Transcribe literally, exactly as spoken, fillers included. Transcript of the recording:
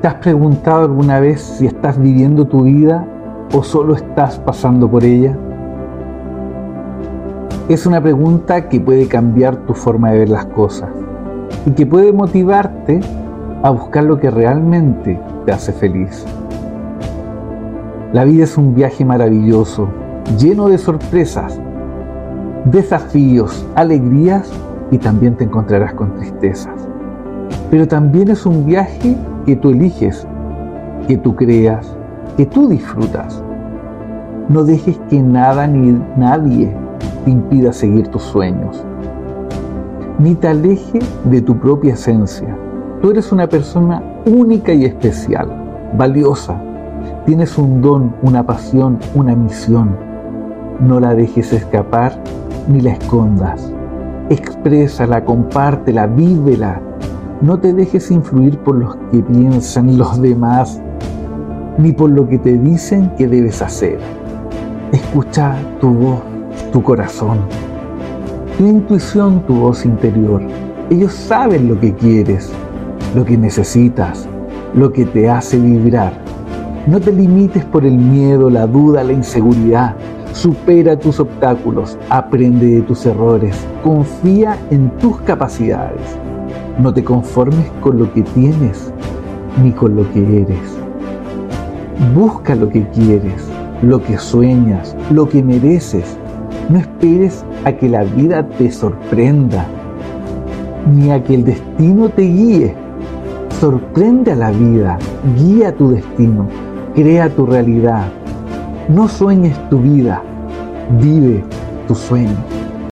¿Te has preguntado alguna vez si estás viviendo tu vida o solo estás pasando por ella? Es una pregunta que puede cambiar tu forma de ver las cosas y que puede motivarte a buscar lo que realmente te hace feliz. La vida es un viaje maravilloso, lleno de sorpresas, desafíos, alegrías y también te encontrarás con tristezas. Pero también es un viaje que tú eliges, que tú creas, que tú disfrutas. No dejes que nada ni nadie te impida seguir tus sueños, ni te aleje de tu propia esencia. Tú eres una persona única y especial, valiosa. Tienes un don, una pasión, una misión. No la dejes escapar ni la escondas. Exprésala, compártela, vívela. No te dejes influir por los que piensan los demás, ni por lo que te dicen que debes hacer. Escucha tu voz, tu corazón, tu intuición, tu voz interior. Ellos saben lo que quieres, lo que necesitas, lo que te hace vibrar. No te limites por el miedo, la duda, la inseguridad. Supera tus obstáculos, aprende de tus errores, confía en tus capacidades. No te conformes con lo que tienes, ni con lo que eres. Busca lo que quieres, lo que sueñas, lo que mereces. No esperes a que la vida te sorprenda, ni a que el destino te guíe. Sorprende a la vida, guía tu destino, crea tu realidad. No sueñes tu vida, vive tu sueño.